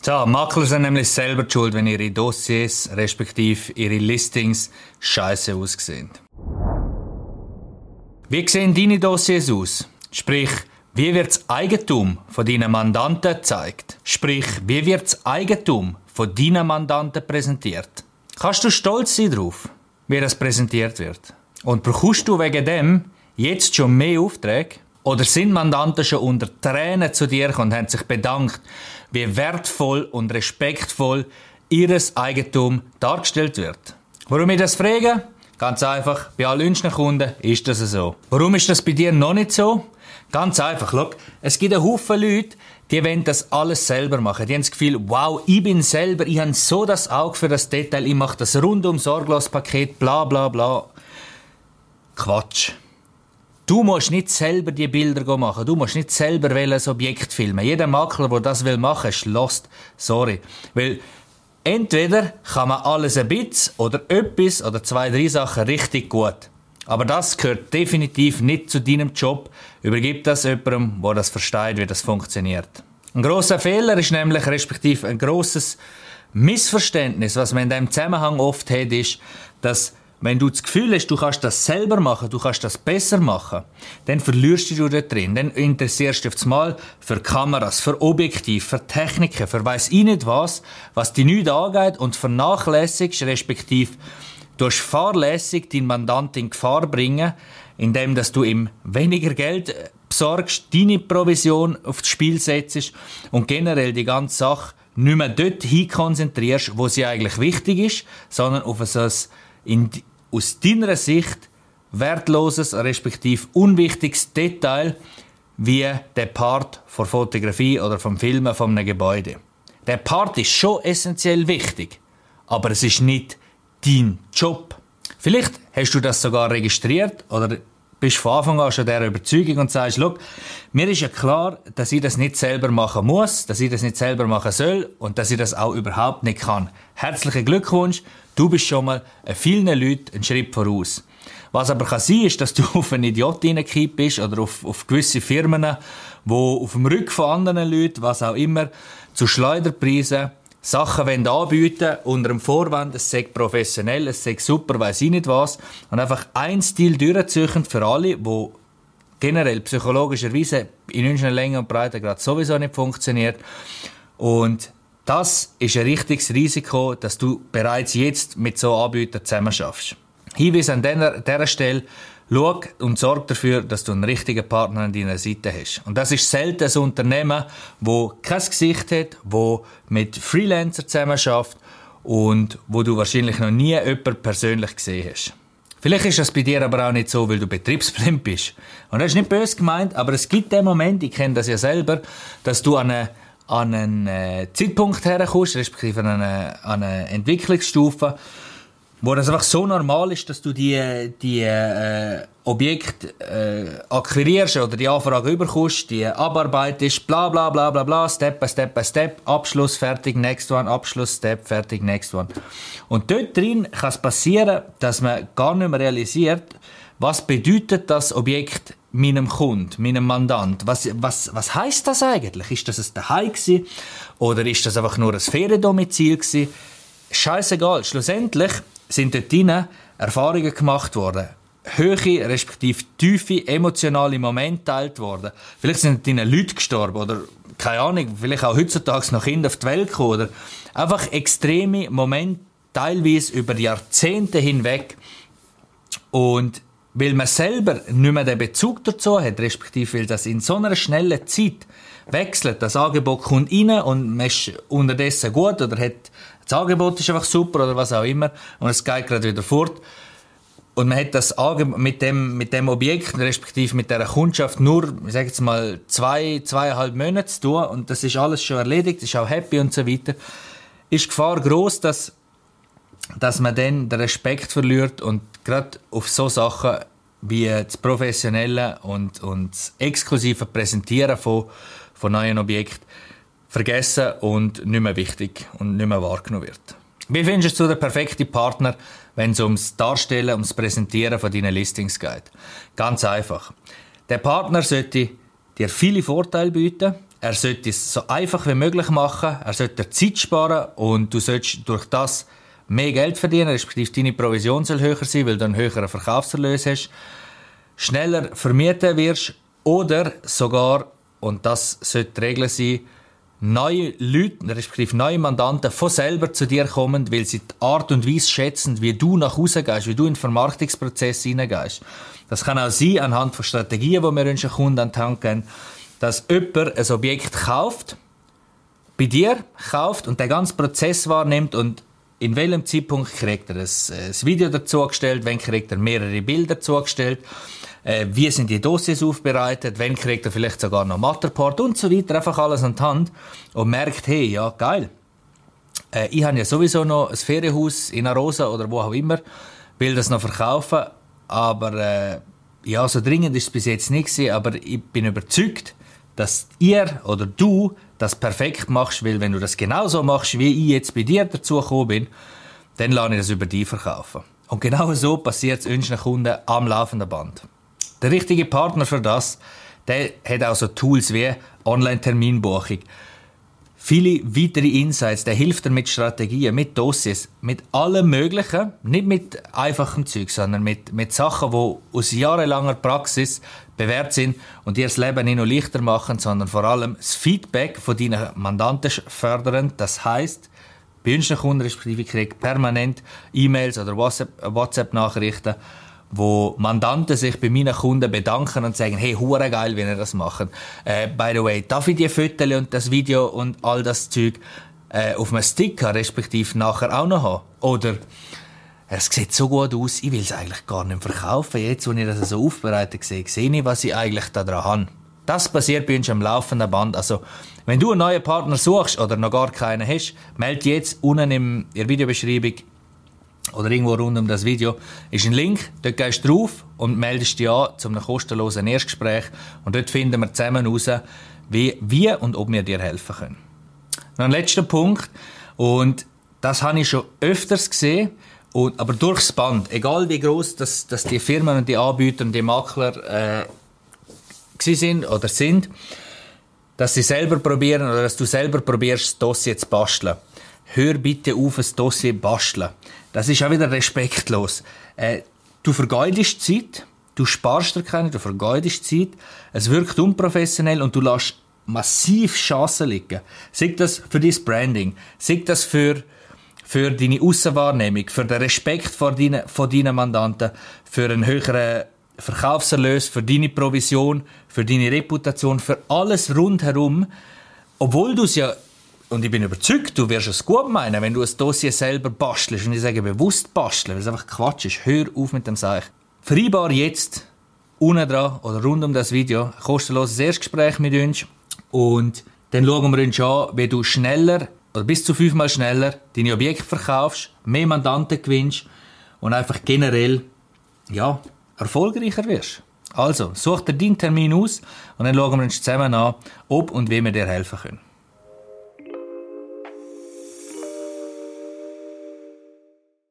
So, Makler sind nämlich selber die schuld, wenn ihre Dossiers, respektive ihre Listings, scheiße aussehen. Wie sehen deine Dossiers aus? Sprich, wie wird das Eigentum von deinen Mandanten gezeigt? Sprich, wie wird das Eigentum von deinen Mandanten präsentiert? Kannst du stolz sein darauf, wie das präsentiert wird? Und brauchst du wegen dem jetzt schon mehr Aufträge? Oder sind Mandanten schon unter Tränen zu dir gekommen und haben sich bedankt, wie wertvoll und respektvoll ihres Eigentum dargestellt wird? Warum ich das frage? Ganz einfach, bei all unseren Kunden ist das so. Warum ist das bei dir noch nicht so? Ganz einfach, schau, es gibt einen Haufen Leute, die wollen das alles selber machen. Die haben das Gefühl, wow, ich bin selber, ich habe so das Auge für das Detail, ich mache das rundum sorglos Paket, bla bla bla. Quatsch. Du musst nicht selber die Bilder machen, du musst nicht selber ein Objekt filmen. Jeder Makler, der das machen will, ist lost. Sorry. Weil entweder kann man alles ein bisschen oder etwas oder 2, 3 Sachen richtig gut. Aber das gehört definitiv nicht zu deinem Job. Übergib das jemandem, der das versteht, wie das funktioniert. Ein grosser Fehler ist nämlich, respektive ein grosses Missverständnis, was man in diesem Zusammenhang oft hat, ist, dass wenn du das Gefühl hast, du kannst das selber machen, du kannst das besser machen, dann verlierst du dich da drin. Dann interessierst du dich auf einmal für Kameras, für Objektiv, für Techniken, für weiss ich nicht was dich nicht angeht und vernachlässigst, respektive du hast fahrlässig deinen Mandanten in Gefahr bringen, indem dass du ihm weniger Geld besorgst, deine Provision aufs Spiel setzt und generell die ganze Sache nicht mehr dort hin konzentrierst, wo sie eigentlich wichtig ist, sondern auf ein aus deiner Sicht wertloses, respektive unwichtiges Detail wie der Part von Fotografie oder vom Filmen von einem Gebäude. Der Part ist schon essentiell wichtig, aber es ist nicht dein Job. Vielleicht hast du das sogar registriert oder bist von Anfang an schon der Überzeugung und sagst, schau, mir ist ja klar, dass ich das nicht selber machen muss, dass ich das nicht selber machen soll und dass ich das auch überhaupt nicht kann. Herzlichen Glückwunsch, du bist schon mal vielen Leuten einen Schritt voraus. Was aber kann sein, ist, dass du auf einen Idiot hineingekippt bist oder auf gewisse Firmen, die auf dem Rücken von anderen Leuten, was auch immer, zu Schleuderpreisen Sachen anbieten unter dem Vorwand, es sei professionell, es sei super, weiss ich nicht was, und einfach ein Stil durchziehen für alle, wo generell psychologischerweise in unseren Längen und Breiten gerade sowieso nicht funktioniert. Und das ist ein richtiges Risiko, dass du bereits jetzt mit so Anbietern zusammenarbeitest. Hinweis an dieser Stelle: schau und sorg dafür, dass du einen richtigen Partner an deiner Seite hast. Und das ist selten ein Unternehmen, das kein Gesicht hat, das mit Freelancern zusammenarbeitet und wo du wahrscheinlich noch nie jemanden persönlich gesehen hast. Vielleicht ist das bei dir aber auch nicht so, weil du betriebsblind bist. Und das ist nicht böse gemeint, aber es gibt den Moment, ich kenne das ja selber, dass du an einen Zeitpunkt herkommst, respektive an eine Entwicklungsstufe, wo das einfach so normal ist, dass du die Objekte akquirierst oder die Anfrage überkommst, die abarbeitest, bla bla bla bla bla, Step by Step by Step, Abschluss, fertig, next one, Abschluss, Step, fertig, next one. Und dort drin kann es passieren, dass man gar nicht mehr realisiert, was bedeutet das Objekt meinem Kunden, meinem Mandant? Was heisst das eigentlich? Ist das ein Zuhause gewesen? Oder ist das einfach nur ein Feriendomizil gewesen? Scheissegal. Schlussendlich sind dort drinnen Erfahrungen gemacht worden. Hohe, respektive tiefe, emotionale Momente geteilt worden. Vielleicht sind dort drinnen Leute gestorben oder, keine Ahnung, vielleicht auch heutzutage noch Kinder auf die Welt gekommen. Oder einfach extreme Momente, teilweise über Jahrzehnte hinweg. Und weil man selber nicht mehr den Bezug dazu hat, respektive weil das in so einer schnellen Zeit wechselt, das Angebot kommt rein und man ist unterdessen gut oder hat, das Angebot ist einfach super oder was auch immer und es geht gerade wieder fort und man hat das Angebot mit dem Objekt, respektive mit dieser Kundschaft nur, ich sage jetzt mal, 2,5 Monate zu tun und das ist alles schon erledigt, ist auch happy und so weiter, ist die Gefahr gross, dass man dann den Respekt verliert und gerade auf so Sachen wie das professionelle und das exklusive Präsentieren von neuen Objekten vergessen und nicht mehr wichtig und nicht mehr wahrgenommen wird. Wie findest du den perfekten Partner, wenn es ums Darstellen, ums Präsentieren von deinen Listings geht? Ganz einfach. Der Partner sollte dir viele Vorteile bieten. er sollte es so einfach wie möglich machen, er sollte Zeit sparen und du sollst durch das mehr Geld verdienen, respektive deine Provision soll höher sein, weil du einen höheren Verkaufserlös hast, schneller vermieten wirst oder sogar, und das sollte die Regel sein, neue Leute, respektive neue Mandanten von selber zu dir kommen, weil sie die Art und Weise schätzen, wie du nach Hause gehst, wie du in den Vermarktungsprozess hineingehst. Das kann auch sein, anhand von Strategien, die wir unseren Kunden an die Hand geben, dass jemand ein Objekt kauft, bei dir kauft und den ganzen Prozess wahrnimmt und in welchem Zeitpunkt kriegt er ein Video dazu gestellt, wann kriegt er mehrere Bilder zugestellt, wie sind die Dossiers aufbereitet, wann kriegt er vielleicht sogar noch Matterport und so weiter, einfach alles an die Hand und merkt, hey, ja, geil, ich habe ja sowieso noch ein Ferienhaus in Arosa oder wo auch immer, will das noch verkaufen, aber ja, so dringend ist es bis jetzt nicht gewesen, aber ich bin überzeugt, dass ihr oder du das perfekt machst, weil wenn du das genauso machst, wie ich jetzt bei dir dazu gekommen bin, dann lasse ich das über dich verkaufen. Und genau so passiert es unseren Kunden am laufenden Band. Der richtige Partner für das, der hat auch so Tools wie Online-Terminbuchung. Viele weitere Insights, der hilft dir mit Strategien, mit Dossiers, mit allem Möglichen, nicht mit einfachem Zeug, sondern mit Sachen, die aus jahrelanger Praxis bewährt sind und dir das Leben nicht nur leichter machen, sondern vor allem das Feedback von deinen Mandanten fördern. Das heisst, bei unseren Kunden respektive kriegt permanent E-Mails oder WhatsApp-Nachrichten, wo Mandanten sich bei meinen Kunden bedanken und sagen, hey, hure geil, wie ihr das macht. By the way, darf ich die Fotos und das Video und all das Zeug auf einem Sticker respektive nachher auch noch haben? Oder es sieht so gut aus, ich will es eigentlich gar nicht verkaufen. Jetzt, wo ich das so aufbereitet sehe ich, was ich eigentlich daran habe. Das passiert bei uns am laufenden Band. Also, wenn du einen neuen Partner suchst oder noch gar keinen hast, melde jetzt unten in der Videobeschreibung oder irgendwo rund um das Video ist ein Link, dort gehst du drauf und meldest dich an zu einem kostenlosen Erstgespräch und dort finden wir zusammen heraus, wie und ob wir dir helfen können. Noch ein letzter Punkt und das habe ich schon öfters gesehen, aber durchs Band, egal wie gross dass die Firmen und die Anbieter und die Makler sind oder sind, dass sie selber probieren oder dass du selber probierst, das Dossier zu basteln. Hör bitte auf, ein Dossier basteln. Das ist auch wieder respektlos. Du vergeudest Zeit, du sparst dir keine, du vergeudest Zeit, es wirkt unprofessionell und du lässt massiv Chancen liegen. Sei das für dein Branding, sei das für deine Aussenwahrnehmung, für den Respekt von deinen Mandanten, für einen höheren Verkaufserlös, für deine Provision, für deine Reputation, für alles rundherum, obwohl du es ja, und ich bin überzeugt, du wirst es gut meinen, wenn du ein Dossier selber bastelst. Und ich sage bewusst basteln, weil es einfach Quatsch ist. Hör auf mit dem Seich. Vereinbar jetzt unten dran oder rund um das Video ein kostenloses Erstgespräch mit uns. Und dann schauen wir uns an, wie du schneller oder bis zu 5-mal schneller deine Objekte verkaufst, mehr Mandanten gewinnst und einfach generell erfolgreicher wirst. Also, such dir deinen Termin aus und dann schauen wir uns zusammen an, ob und wie wir dir helfen können.